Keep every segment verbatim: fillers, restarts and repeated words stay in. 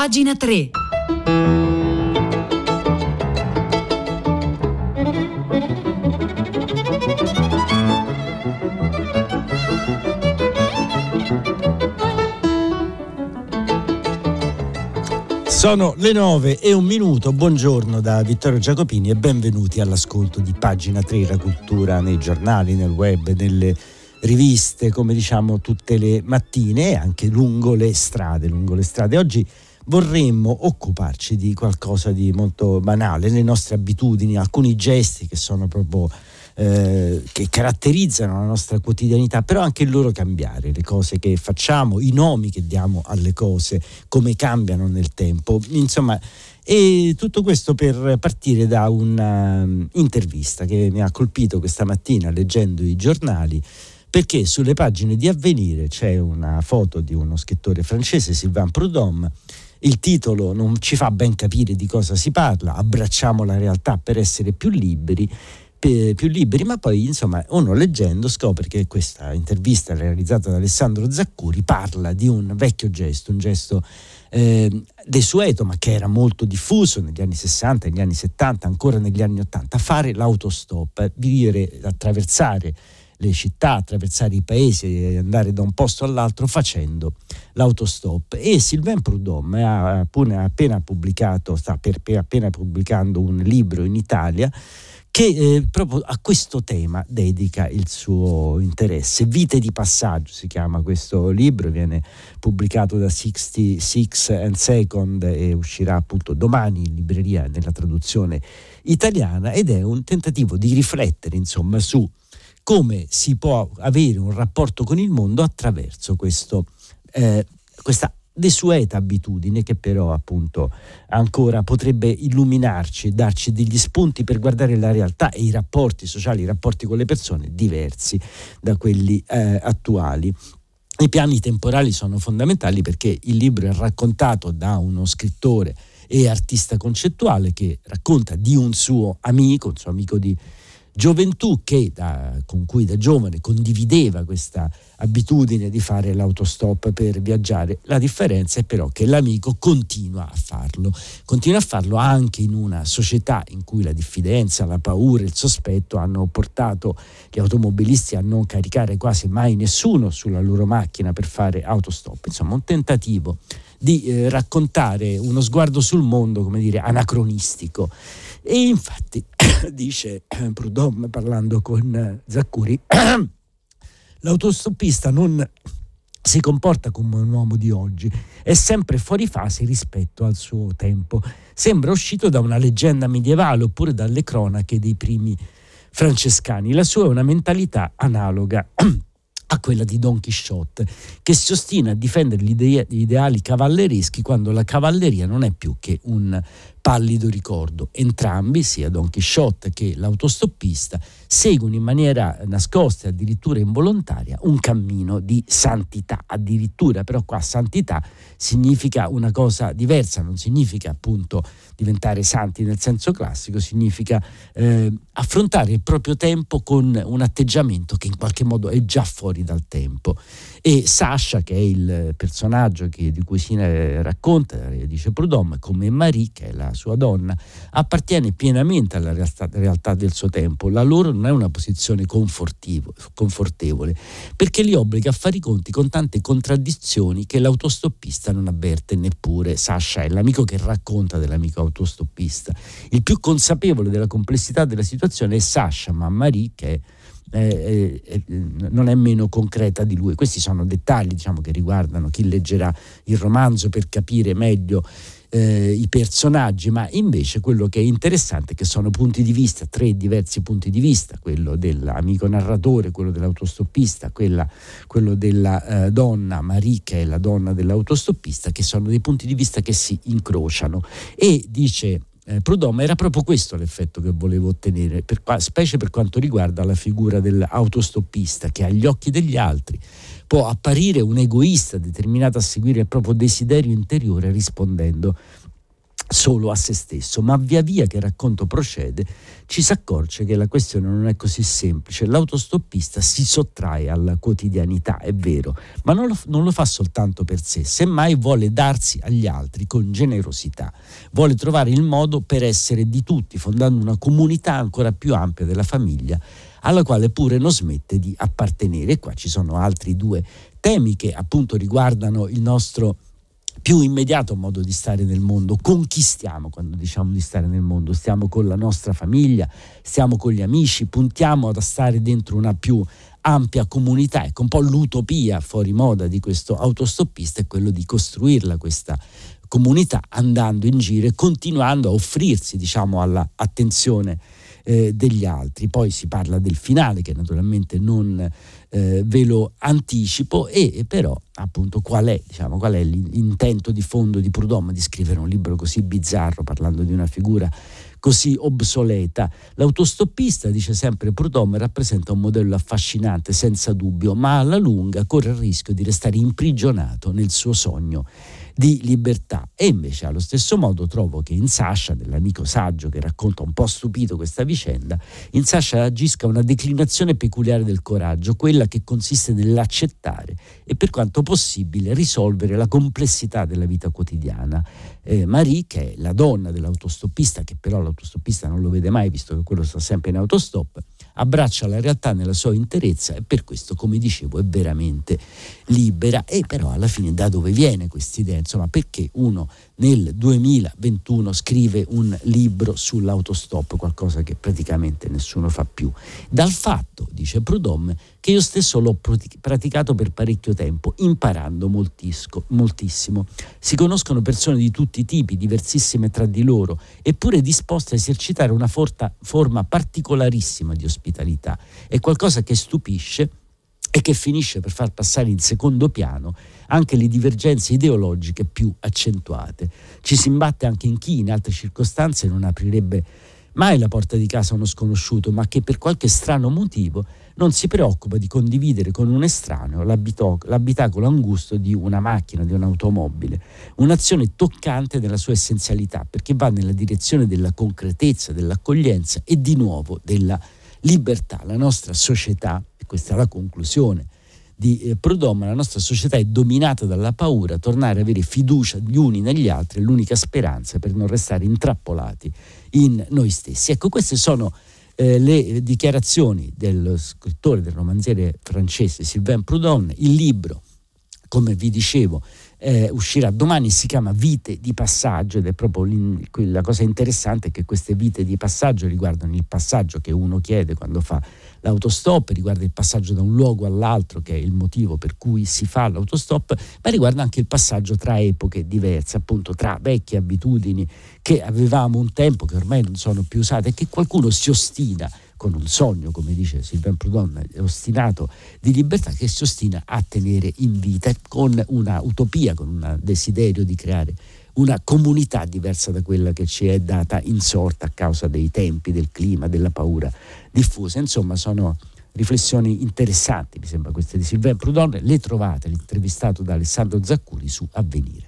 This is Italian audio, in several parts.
Pagina tre. Sono le nove e un minuto, buongiorno da Vittorio Giacopini e benvenuti all'ascolto di Pagina tre, la cultura nei giornali, nel web, nelle riviste, come diciamo tutte le mattine e anche lungo le strade, lungo le strade. Oggi vorremmo occuparci di qualcosa di molto banale, le nostre abitudini, alcuni gesti che sono proprio eh, che caratterizzano la nostra quotidianità, però anche il loro cambiare, le cose che facciamo, i nomi che diamo alle cose, come cambiano nel tempo, insomma. E tutto questo per partire da un'intervista che mi ha colpito questa mattina leggendo i giornali, perché sulle pagine di Avvenire c'è una foto di uno scrittore francese, Sylvain Prudhomme. Il titolo non ci fa ben capire di cosa si parla, abbracciamo la realtà per essere più liberi, più liberi, ma poi insomma uno leggendo scopre che questa intervista realizzata da Alessandro Zaccuri parla di un vecchio gesto, un gesto eh, desueto ma che era molto diffuso negli anni sessanta, negli anni settanta, ancora negli anni ottanta, fare l'autostop, vivere, attraversare le città, attraversare i paesi e andare da un posto all'altro facendo l'autostop. E Sylvain Prudhomme ha appena pubblicato, sta per, per appena pubblicando un libro in Italia che eh, proprio a questo tema dedica il suo interesse. Vite di passaggio si chiama questo libro, viene pubblicato da sessantasei and Second e uscirà appunto domani in libreria nella traduzione italiana, ed è un tentativo di riflettere insomma su come si può avere un rapporto con il mondo attraverso questo, eh, questa desueta abitudine che però appunto ancora potrebbe illuminarci, darci degli spunti per guardare la realtà e i rapporti sociali, i rapporti con le persone diversi da quelli eh, attuali. I piani temporali sono fondamentali perché il libro è raccontato da uno scrittore e artista concettuale che racconta di un suo amico, un suo amico di gioventù che da, con cui da giovane condivideva questa abitudine di fare l'autostop per viaggiare. La differenza è però che l'amico continua a farlo, continua a farlo anche in una società in cui la diffidenza, la paura, il sospetto hanno portato gli automobilisti a non caricare quasi mai nessuno sulla loro macchina per fare autostop. Insomma, un tentativo di eh, raccontare uno sguardo sul mondo, come dire, anacronistico. E infatti dice Prudhomme parlando con Zaccuri, l'autostoppista non si comporta come un uomo di oggi, è sempre fuori fase rispetto al suo tempo, sembra uscito da una leggenda medievale oppure dalle cronache dei primi francescani. La sua è una mentalità analoga a quella di Don Chisciotte, che si ostina a difendere gli ideali cavallereschi quando la cavalleria non è più che un pallido ricordo. Entrambi, sia Don Chisciotte che l'autostoppista, seguono in maniera nascosta e addirittura involontaria un cammino di santità. Addirittura, però qua santità significa una cosa diversa, non significa appunto diventare santi nel senso classico, significa eh, affrontare il proprio tempo con un atteggiamento che in qualche modo è già fuori dal tempo. E Sasha, che è il personaggio che, di cui si racconta, dice Prudhomme, come Marie, che è la sua donna, appartiene pienamente alla realtà, realtà del suo tempo. La loro non è una posizione confortevole, perché li obbliga a fare i conti con tante contraddizioni che l'autostoppista non avverte neppure. Sasha è l'amico che racconta dell'amico autostoppista. Il più consapevole della complessità della situazione è Sasha, ma Marie, che è Eh, eh, non è meno concreta di lui. Questi sono dettagli, diciamo, che riguardano chi leggerà il romanzo per capire meglio eh, i personaggi, ma invece quello che è interessante è che sono punti di vista, tre diversi punti di vista, quello dell'amico narratore, quello dell'autostoppista, quella, quello della eh, donna Marie, che è la donna dell'autostoppista, che sono dei punti di vista che si incrociano. E dice Eh, Prudhomme, era proprio questo l'effetto che volevo ottenere, per, specie per quanto riguarda la figura dell'autostoppista, che agli occhi degli altri può apparire un egoista determinato a seguire il proprio desiderio interiore rispondendo solo a se stesso, ma via via che il racconto procede ci si accorge che la questione non è così semplice. L'autostoppista si sottrae alla quotidianità, è vero, ma non lo, non lo fa soltanto per sé, semmai vuole darsi agli altri con generosità, vuole trovare il modo per essere di tutti, fondando una comunità ancora più ampia della famiglia, alla quale pure non smette di appartenere. E qua ci sono altri due temi che appunto riguardano il nostro più immediato modo di stare nel mondo. Con chi stiamo quando diciamo di stare nel mondo? Stiamo con la nostra famiglia, stiamo con gli amici, puntiamo a stare dentro una più ampia comunità. Ecco, un po' l'utopia fuori moda di questo autostoppista è quello di costruirla questa comunità, andando in giro e continuando a offrirsi, diciamo, alla attenzione eh, degli altri. Poi si parla del finale, che naturalmente non eh, ve lo anticipo, e, e però appunto qual è, diciamo, qual è l'intento di fondo di Prudhomme di scrivere un libro così bizzarro, parlando di una figura così obsoleta. L'autostoppista, dice sempre Prudhomme, rappresenta un modello affascinante senza dubbio, ma alla lunga corre il rischio di restare imprigionato nel suo sogno di libertà. E invece allo stesso modo trovo che in Sasha, dell'amico saggio che racconta un po' stupito questa vicenda, in Sasha agisca una declinazione peculiare del coraggio, quella che consiste nell'accettare e per quanto possibile risolvere la complessità della vita quotidiana. Eh, Marie, che è la donna dell'autostoppista, che però l'autostoppista non lo vede mai visto che quello sta sempre in autostop, abbraccia la realtà nella sua interezza e per questo, come dicevo, è veramente libera. E però alla fine da dove viene quest'idea? Insomma, perché uno nel duemilaventuno scrive un libro sull'autostop, qualcosa che praticamente nessuno fa più? Dal fatto, dice Prudhomme, che io stesso l'ho praticato per parecchio tempo, imparando moltisco, moltissimo. Si conoscono persone di tutti i tipi, diversissime tra di loro, eppure disposte a esercitare una forta, forma particolarissima di ospitalità. È qualcosa che stupisce e che finisce per far passare in secondo piano anche le divergenze ideologiche più accentuate. Ci si imbatte anche in chi in altre circostanze non aprirebbe mai la porta di casa a uno sconosciuto, ma che per qualche strano motivo non si preoccupa di condividere con un estraneo l'abitacolo angusto di una macchina, di un'automobile. Un'azione toccante nella sua essenzialità, perché va nella direzione della concretezza, dell'accoglienza e di nuovo della libertà. La nostra società, e questa è la conclusione di eh, Prudhomme, la nostra società è dominata dalla paura. Tornare a avere fiducia gli uni negli altri è l'unica speranza per non restare intrappolati in noi stessi. Ecco, queste sono eh, le dichiarazioni dello scrittore, del romanziere francese Sylvain Prudhomme. Il libro, come vi dicevo, eh, uscirà domani, si chiama Vite di passaggio, ed è proprio la cosa interessante è che queste vite di passaggio riguardano il passaggio che uno chiede quando fa l'autostop, riguarda il passaggio da un luogo all'altro, che è il motivo per cui si fa l'autostop, ma riguarda anche il passaggio tra epoche diverse, appunto tra vecchie abitudini che avevamo un tempo, che ormai non sono più usate, e che qualcuno si ostina con un sogno, come dice Sylvain Prudhomme, ostinato di libertà, che si ostina a tenere in vita, con una utopia, con un desiderio di creare una comunità diversa da quella che ci è data in sorta a causa dei tempi, del clima, della paura diffusa. Insomma, sono riflessioni interessanti, mi sembra, queste di Sylvain Prudhomme. Le trovate, l'intervistato da Alessandro Zaccuri, su Avvenire.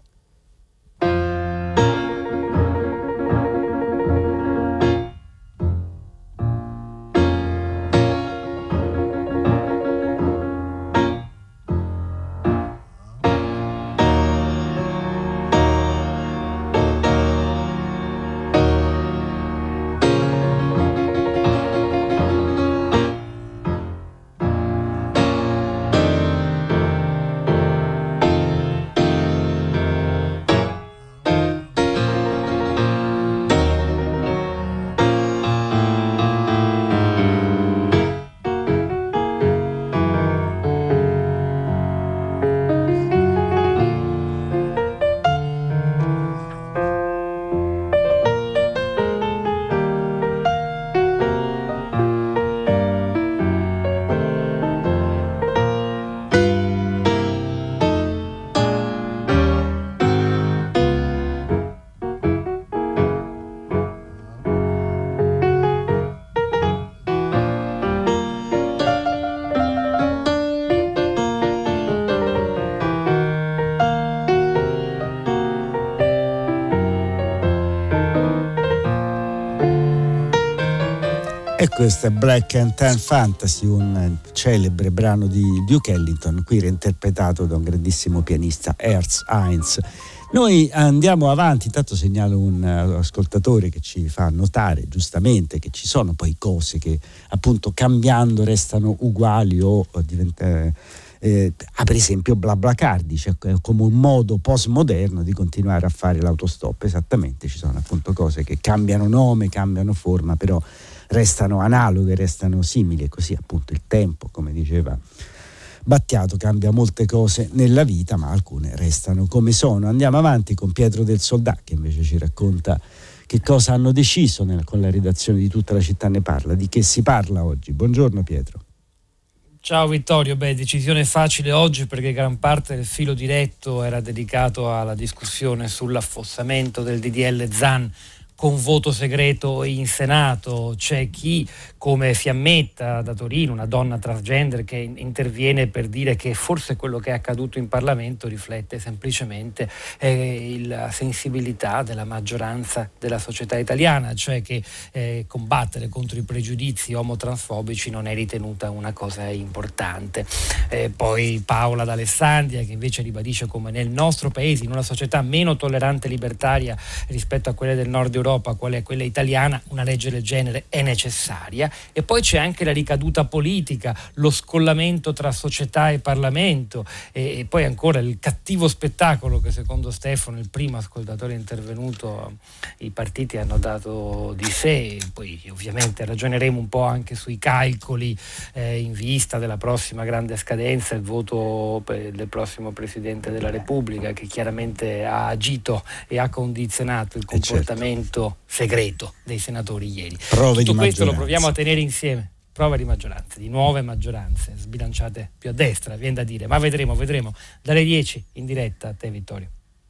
E questo è Black and Tan Fantasy, un celebre brano di Duke Ellington, qui reinterpretato da un grandissimo pianista, Ernst Heinz. Noi andiamo avanti, intanto segnalo un ascoltatore che ci fa notare giustamente che ci sono poi cose che appunto cambiando restano uguali o diventano... Eh, ah, per esempio BlaBlaCar dice cioè, come un modo postmoderno di continuare a fare l'autostop. Esattamente, ci sono appunto cose che cambiano nome, cambiano forma, però restano analoghe, restano simili, e così appunto il tempo, come diceva Battiato, cambia molte cose nella vita, ma alcune restano come sono. Andiamo avanti con Pietro del Soldà, che invece ci racconta che cosa hanno deciso nel, con la redazione di Tutta la città ne parla, di che si parla oggi. Buongiorno Pietro. Ciao Vittorio, beh, decisione facile oggi perché gran parte del filo diretto era dedicato alla discussione sull'affossamento del D D L Zan con voto segreto in Senato. C'è chi, come Fiammetta da Torino, una donna transgender, che interviene per dire che forse quello che è accaduto in Parlamento riflette semplicemente eh, la sensibilità della maggioranza della società italiana, cioè che eh, combattere contro i pregiudizi omotransfobici non è ritenuta una cosa importante. Eh, poi Paola d'Alessandria, che invece ribadisce come nel nostro paese, in una società meno tollerante e libertaria rispetto a quelle del nord Europa, qual è quella italiana, una legge del genere è necessaria. E poi c'è anche la ricaduta politica, lo scollamento tra società e Parlamento, e, e poi ancora il cattivo spettacolo che secondo Stefano, il primo ascoltatore intervenuto, i partiti hanno dato di sé. Poi ovviamente ragioneremo un po' anche sui calcoli eh, in vista della prossima grande scadenza, il voto per del prossimo Presidente della Repubblica, che chiaramente ha agito e ha condizionato il comportamento segreto dei senatori ieri. Prove Tutto di questo lo maggioranza. proviamo a tenere insieme. Prove di maggioranza, di nuove maggioranze sbilanciate più a destra, viene da dire, ma vedremo, vedremo. Dalle dieci in diretta a te Vittorio.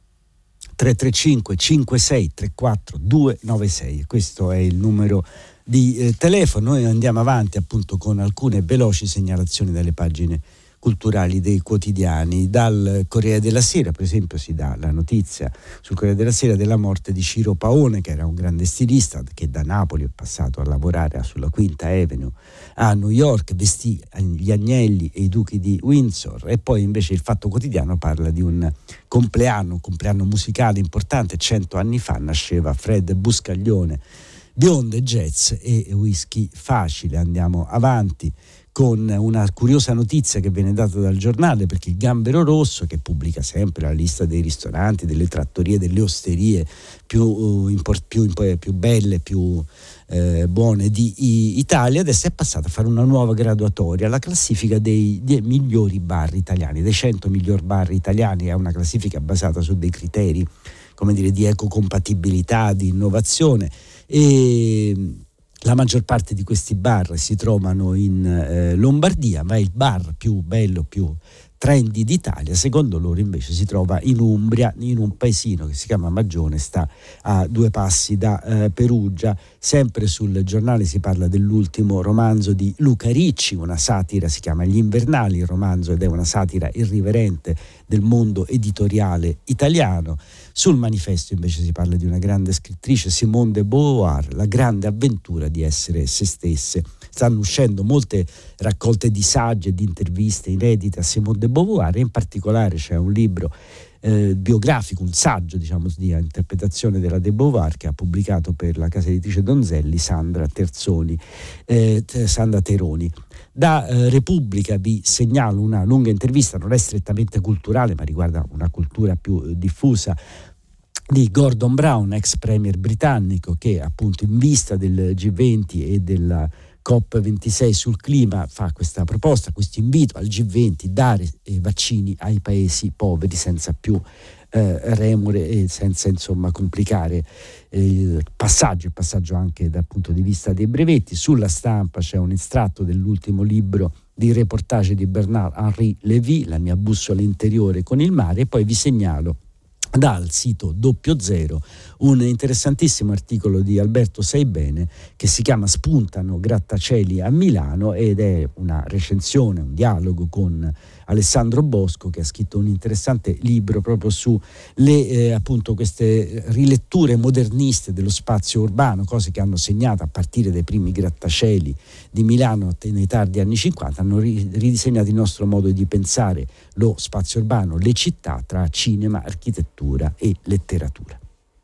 tre tre cinque cinque sei tre quattro due nove sei, questo è il numero di eh, telefono. Noi andiamo avanti appunto con alcune veloci segnalazioni dalle pagine culturali dei quotidiani. Dal Corriere della Sera, per esempio, si dà la notizia sul Corriere della Sera della morte di Ciro Paone, che era un grande stilista che da Napoli è passato a lavorare sulla Quinta Avenue a New York, vestì gli agnelli e i duchi di Windsor. E poi invece il Fatto Quotidiano parla di un compleanno, un compleanno musicale importante. Cento anni fa nasceva Fred Buscaglione, bionde, jazz e whisky facile. Andiamo avanti con una curiosa notizia che viene data dal giornale, perché il Gambero Rosso, che pubblica sempre la lista dei ristoranti, delle trattorie, delle osterie più, uh, più, più belle, più eh, buone di Italia, adesso è passata a fare una nuova graduatoria, la classifica dei, dei migliori bar italiani, dei cento miglior bar italiani. È una classifica basata su dei criteri, come dire, di ecocompatibilità, di innovazione, e la maggior parte di questi bar si trovano in eh, Lombardia, ma il bar più bello, più trendy d'Italia, secondo loro invece si trova in Umbria, in un paesino che si chiama Magione, sta a due passi da eh, Perugia. Sempre sul giornale si parla dell'ultimo romanzo di Luca Ricci, una satira, si chiama Gli Invernali il romanzo, ed è una satira irriverente del mondo editoriale italiano. Sul Manifesto invece si parla di una grande scrittrice, Simone de Beauvoir, la grande avventura di essere se stesse. Stanno uscendo molte raccolte di saggi e di interviste inedite a Simone de Beauvoir, e in particolare c'è un libro eh, biografico, un saggio diciamo di interpretazione della de Beauvoir, che ha pubblicato per la casa editrice Donzelli Sandra Terzoni, eh, Sandra Teroni. Da eh, Repubblica vi segnalo una lunga intervista, non è strettamente culturale ma riguarda una cultura più eh, diffusa, di Gordon Brown, ex premier britannico, che appunto in vista del G venti e della COP ventisei sul clima fa questa proposta, questo invito al G venti: dare eh, vaccini ai paesi poveri senza più eh, remore e senza insomma complicare eh, il passaggio, il passaggio anche dal punto di vista dei brevetti. Sulla Stampa c'è un estratto dell'ultimo libro di reportage di Bernard-Henri Lévy, La mia bussola interiore con il mare, e poi vi segnalo dal sito Doppio Zero un interessantissimo articolo di Alberto Saibene che si chiama Spuntano grattacieli a Milano, ed è una recensione, un dialogo con Alessandro Bosco, che ha scritto un interessante libro proprio su le eh, appunto queste riletture moderniste dello spazio urbano, cose che hanno segnato a partire dai primi grattacieli di Milano nei tardi anni cinquanta, hanno ridisegnato il nostro modo di pensare lo spazio urbano, le città, tra cinema, architettura e letteratura.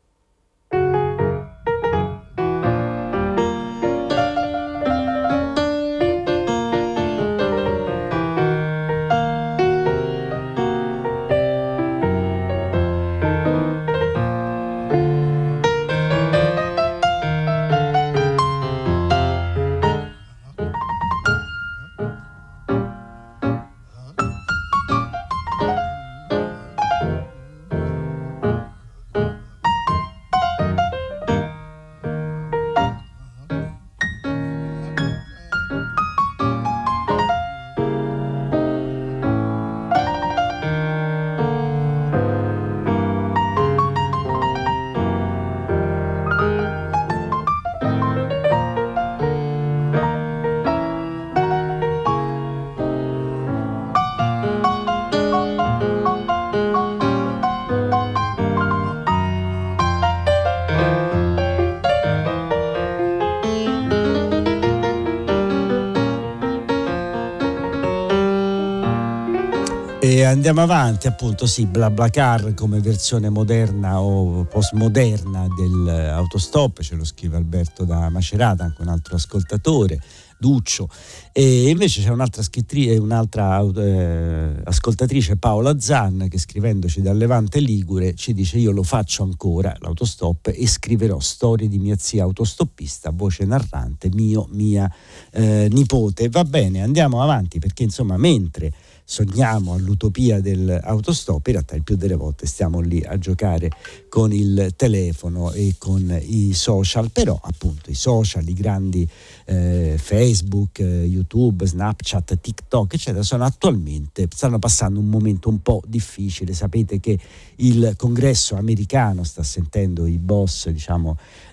E andiamo avanti, appunto, sì, BlaBlaCar come versione moderna o postmoderna dell'autostop, ce lo scrive Alberto da Macerata, anche un altro ascoltatore, Duccio. E invece c'è un'altra scrittrice, un'altra eh, ascoltatrice, Paola Zan, che scrivendoci dal Levante Ligure ci dice: io lo faccio ancora l'autostop e scriverò storie di mia zia autostoppista, voce narrante, mio, mia eh, nipote. Va bene, andiamo avanti, perché insomma mentre sogniamo all'utopia dell'autostop, in realtà il più delle volte stiamo lì a giocare con il telefono e con i social. Però appunto i social, i grandi eh, Facebook, eh, YouTube, Snapchat, TikTok eccetera, sono attualmente, stanno passando un momento un po' difficile. Sapete che il Congresso americano sta sentendo i boss, diciamo,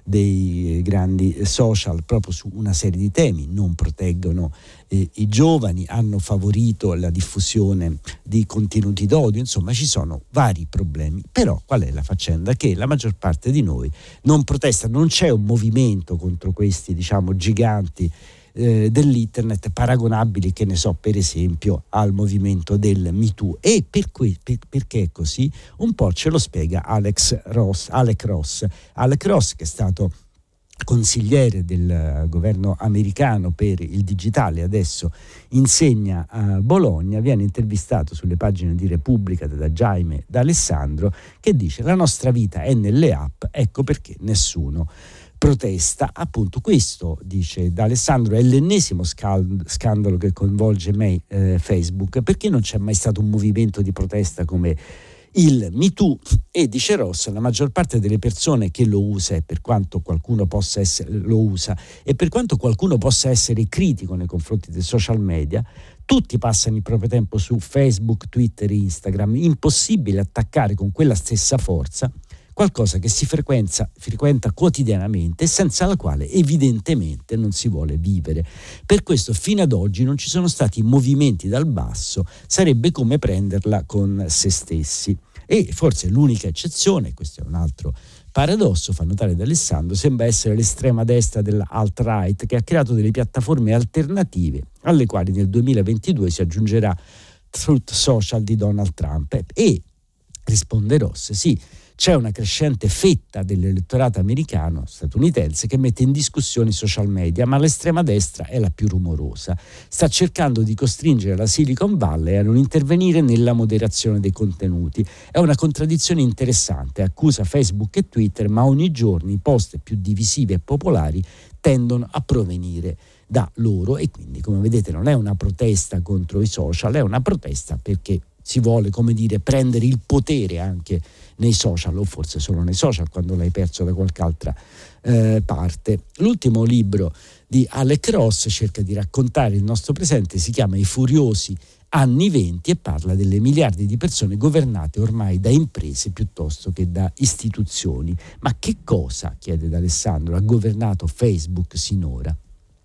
dei grandi social proprio su una serie di temi. Non proteggono eh, i giovani, hanno favorito la diffusione di contenuti d'odio, insomma ci sono vari problemi. Però qual è la faccenda? Che la maggior parte di noi non protesta, non c'è un movimento contro questi, diciamo, giganti eh, dell'internet paragonabili, che ne so, per esempio al movimento del Me Too. E per que- per, perché è così? Un po' ce lo spiega Alex Ross, Alec Ross. Alec Ross, che è stato consigliere del governo americano per il digitale, adesso insegna a Bologna, viene intervistato sulle pagine di Repubblica da Jaime D'Alessandro, che dice: la nostra vita è nelle app, ecco perché nessuno protesta. Appunto questo, dice D'Alessandro, è l'ennesimo scal- scandalo che coinvolge me, eh, Facebook, perché non c'è mai stato un movimento di protesta come il Me Too. E dice Ross, la maggior parte delle persone che lo usa, e per quanto qualcuno possa essere, lo usa, e per quanto qualcuno possa essere critico nei confronti dei social media, tutti passano il proprio tempo su Facebook, Twitter e Instagram. Impossibile attaccare con quella stessa forza qualcosa che si frequenta, frequenta quotidianamente e senza la quale evidentemente non si vuole vivere. Per questo fino ad oggi non ci sono stati movimenti dal basso, sarebbe come prenderla con se stessi. E forse l'unica eccezione, questo è un altro paradosso, fa notare D'Alessandro, sembra essere l'estrema destra dell'alt-right, che ha creato delle piattaforme alternative alle quali nel duemilaventidue si aggiungerà Truth Social di Donald Trump. E risponde Ross, sì, c'è una crescente fetta dell'elettorato americano, statunitense, che mette in discussione i social media, ma l'estrema destra è la più rumorosa. Sta cercando di costringere la Silicon Valley a non intervenire nella moderazione dei contenuti. È una contraddizione interessante, accusa Facebook e Twitter, ma ogni giorno i post più divisivi e popolari tendono a provenire da loro. E quindi, come vedete, non è una protesta contro i social, è una protesta perché si vuole, come dire, prendere il potere anche nei social, o forse solo nei social quando l'hai perso da qualche altra eh, parte. L'ultimo libro di Alec Ross cerca di raccontare il nostro presente, si chiama I furiosi anni venti e parla delle miliardi di persone governate ormai da imprese piuttosto che da istituzioni. Ma che cosa, chiede D'Alessandro, ha governato Facebook sinora?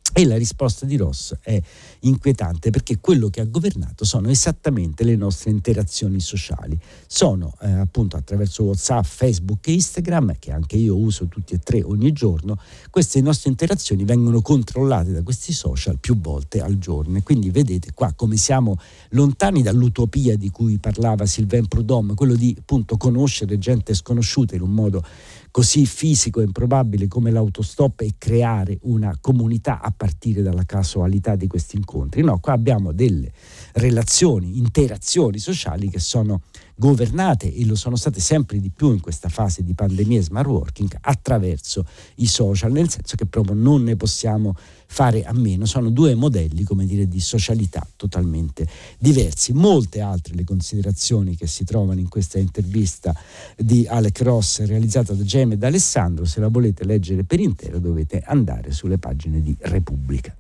E la risposta di Ross è inquietante, perché quello che ha governato sono esattamente le nostre interazioni sociali. Sono eh, appunto attraverso WhatsApp, Facebook e Instagram, che anche io uso tutti e tre ogni giorno. Queste nostre interazioni vengono controllate da questi social più volte al giorno. E quindi vedete qua come siamo lontani dall'utopia di cui parlava Sylvain Prudhomme, quello di appunto conoscere gente sconosciuta in un modo così fisico e improbabile come l'autostop e creare una comunità a partire dalla casualità di questi incontri. No, qua abbiamo delle relazioni, interazioni sociali che sono governate, e lo sono state sempre di più in questa fase di pandemia e smart working, attraverso i social, nel senso che proprio non ne possiamo fare a meno. Sono due modelli, come dire, di socialità totalmente diversi. Molte altre le considerazioni che si trovano in questa intervista di Alec Ross realizzata da Gem e da Alessandro. Se la volete leggere per intero dovete andare sulle pagine di Repubblica.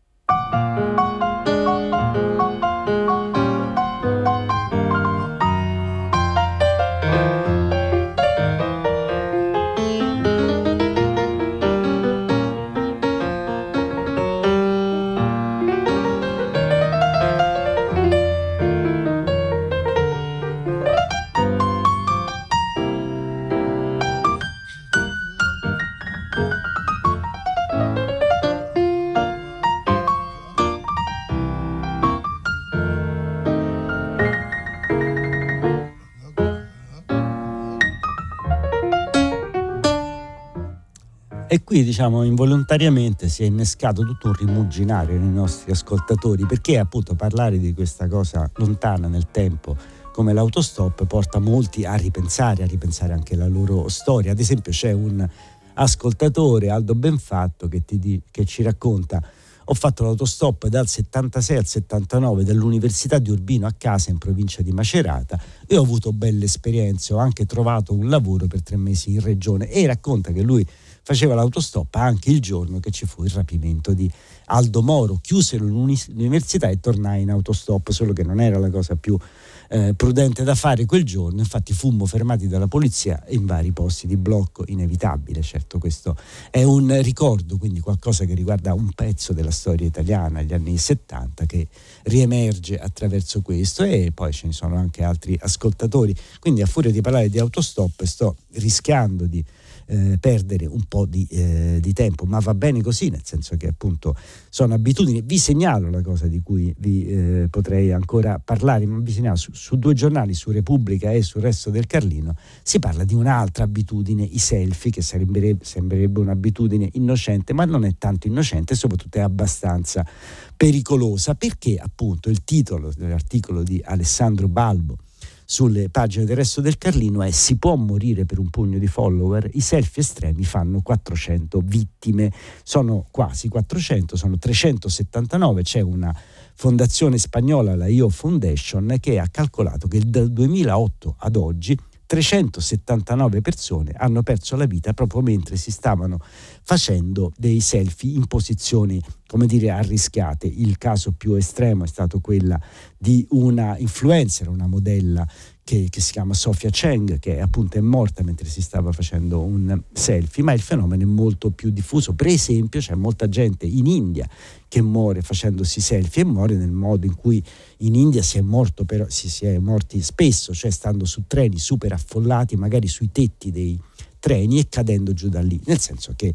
E qui, diciamo, involontariamente si è innescato tutto un rimuginare nei nostri ascoltatori, perché appunto parlare di questa cosa lontana nel tempo come l'autostop porta molti a ripensare, a ripensare anche la loro storia. Ad esempio c'è un ascoltatore, Aldo Benfatto, che, ti di, che ci racconta: ho fatto l'autostop dal settantasei al settantanove dall'Università di Urbino a casa in provincia di Macerata e ho avuto belle esperienze, ho anche trovato un lavoro per tre mesi in regione. E racconta che lui faceva l'autostop anche il giorno che ci fu il rapimento di Aldo Moro. Chiusero l'università e tornai in autostop, solo che non era la cosa più eh, prudente da fare quel giorno. Infatti fummo fermati dalla polizia in vari posti di blocco, inevitabile. Certo, questo è un ricordo, quindi qualcosa che riguarda un pezzo della storia italiana, gli anni settanta, che riemerge attraverso questo. E poi ce ne sono anche altri ascoltatori, quindi a furia di parlare di autostop sto rischiando di Eh, perdere un po' di, eh, di tempo, ma va bene così, nel senso che appunto sono abitudini. Vi segnalo la cosa di cui vi eh, potrei ancora parlare, ma vi segnalo su, su due giornali, su Repubblica e sul Resto del Carlino, si parla di un'altra abitudine, i selfie, che sembrerebbe, sembrerebbe un'abitudine innocente, ma non è tanto innocente e soprattutto è abbastanza pericolosa, perché appunto il titolo dell'articolo di Alessandro Balbo sulle pagine del Resto del Carlino è: si può morire per un pugno di follower, i selfie estremi fanno quattrocento vittime. Sono quasi quattrocento, sono trecentosettantanove. C'è una fondazione spagnola, la I O Foundation, che ha calcolato che dal duemilaotto ad oggi trecentosettantanove persone hanno perso la vita proprio mentre si stavano facendo dei selfie in posizioni, come dire, arrischiate. Il caso più estremo è stato quella di una influencer, una modella che, che si chiama Sofia Cheng, che appunto è morta mentre si stava facendo un selfie, ma il fenomeno è molto più diffuso. Per esempio c'è molta gente in India che muore facendosi selfie, e muore nel modo in cui in India si è morto, però si, si è morti spesso, cioè stando su treni super affollati, magari sui tetti dei treni e cadendo giù da lì, nel senso che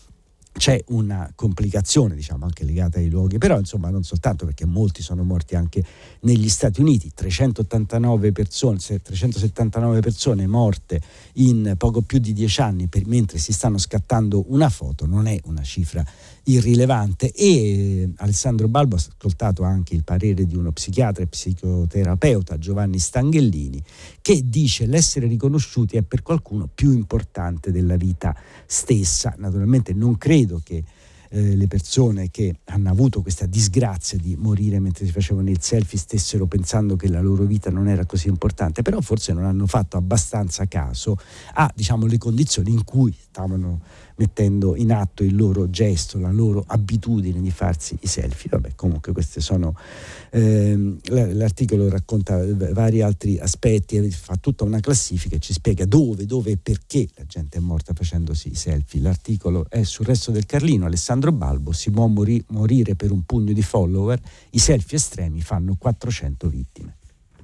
c'è una complicazione, diciamo, anche legata ai luoghi, però insomma non soltanto, perché molti sono morti anche negli Stati Uniti, trecentottantanove persone, trecentosettantanove persone morte in poco più di dieci anni per, mentre si stanno scattando una foto, non è una cifra irrilevante. E Alessandro Balbo ha ascoltato anche il parere di uno psichiatra e psicoterapeuta, Giovanni Stanghellini, che dice: l'essere riconosciuti è per qualcuno più importante della vita stessa. Naturalmente non credo che eh, le persone che hanno avuto questa disgrazia di morire mentre si facevano il selfie stessero pensando che la loro vita non era così importante, però forse non hanno fatto abbastanza caso a, diciamo, le condizioni in cui stavano mettendo in atto il loro gesto, la loro abitudine di farsi i selfie. Vabbè, comunque queste sono ehm, l'articolo racconta vari altri aspetti, fa tutta una classifica e ci spiega dove, dove e perché la gente è morta facendosi i selfie. L'articolo è sul Resto del Carlino. Alessandro Alessandro Balbo, si può mori- morire per un pugno di follower, i selfie estremi fanno quattrocento vittime.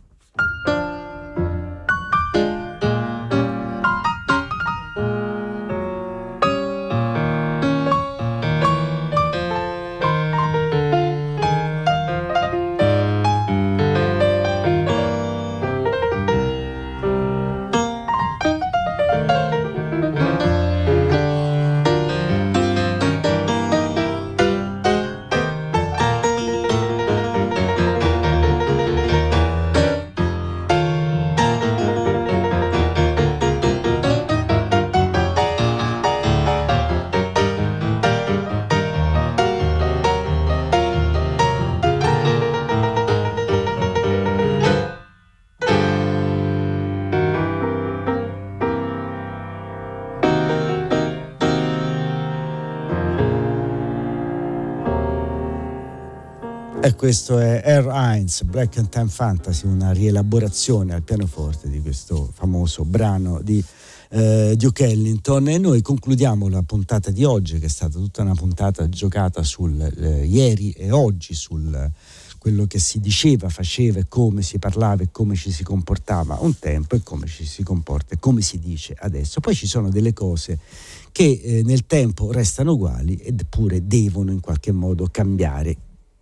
E questo è R. Hines, Black and Time Fantasy, una rielaborazione al pianoforte di questo famoso brano di eh, Duke Ellington. E noi concludiamo la puntata di oggi, che è stata tutta una puntata giocata sul eh, ieri e oggi, sul quello che si diceva, faceva e come si parlava e come ci si comportava un tempo e come ci si comporta e come si dice adesso. Poi ci sono delle cose che eh, nel tempo restano uguali eppure devono in qualche modo cambiare.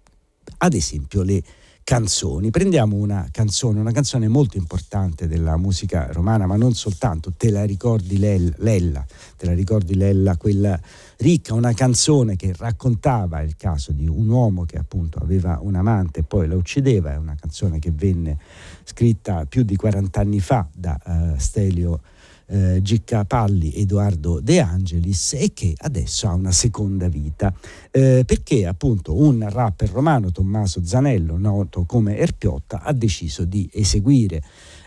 Ad esempio le canzoni. Prendiamo una canzone, una canzone molto importante della musica romana, ma non soltanto. Te la ricordi Lella? Te la ricordi Lella, quella ricca, una canzone che raccontava il caso di un uomo che appunto aveva un amante e poi la uccideva. È una canzone che venne scritta più di quaranta anni fa da uh, Stelio Eh, Gicca Palli, Edoardo De Angelis, e che adesso ha una seconda vita eh, perché appunto un rapper romano, Tommaso Zanello, noto come Erpiotta, ha deciso di eseguire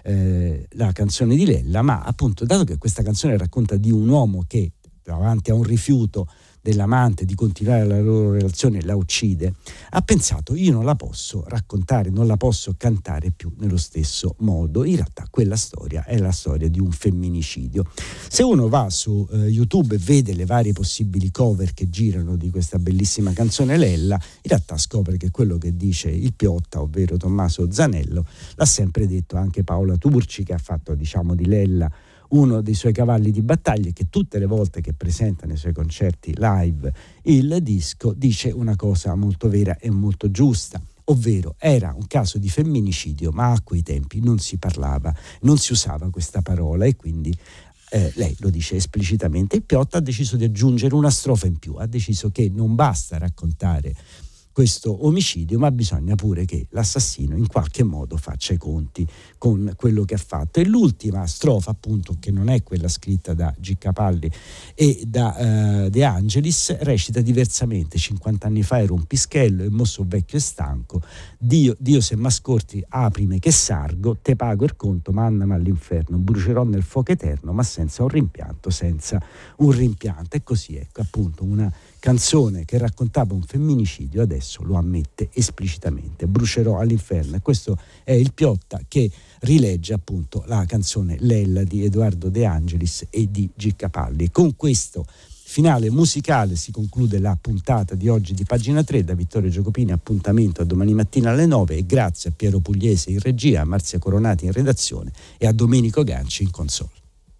eh, la canzone di Lella, ma appunto dato che questa canzone racconta di un uomo che davanti a un rifiuto dell'amante di continuare la loro relazione la uccide, ha pensato: io non la posso raccontare, non la posso cantare più nello stesso modo. In realtà quella storia è la storia di un femminicidio. Se uno va su eh, YouTube e vede le varie possibili cover che girano di questa bellissima canzone Lella, in realtà scopre che quello che dice il Piotta, ovvero Tommaso Zanello, l'ha sempre detto anche Paola Turci, che ha fatto, diciamo, di Lella uno dei suoi cavalli di battaglia, e che tutte le volte che presenta nei suoi concerti live il disco dice una cosa molto vera e molto giusta, ovvero era un caso di femminicidio, ma a quei tempi non si parlava, non si usava questa parola, e quindi eh, lei lo dice esplicitamente. Il Piotta ha deciso di aggiungere una strofa in più, ha deciso che non basta raccontare questo omicidio, ma bisogna pure che l'assassino in qualche modo faccia i conti con quello che ha fatto. E l'ultima strofa, appunto, che non è quella scritta da Gicca Palli e da uh, De Angelis, recita diversamente: cinquanta anni fa ero un pischello e mo so vecchio e stanco, Dio, Dio se m'ascolti aprime che sargo, te pago il conto, mandami all'inferno, brucerò nel fuoco eterno, ma senza un rimpianto, senza un rimpianto. E così, ecco, appunto, una canzone che raccontava un femminicidio adesso lo ammette esplicitamente: brucerò all'inferno. E questo è il Piotta che rilegge appunto la canzone Lella di Edoardo De Angelis e di Gicca Palli. E con questo finale musicale si conclude la puntata di oggi di Pagina tre. Da Vittorio Giacopini appuntamento a domani mattina alle nove, e grazie a Piero Pugliese in regia, a Marzia Coronati in redazione e a Domenico Ganci in console.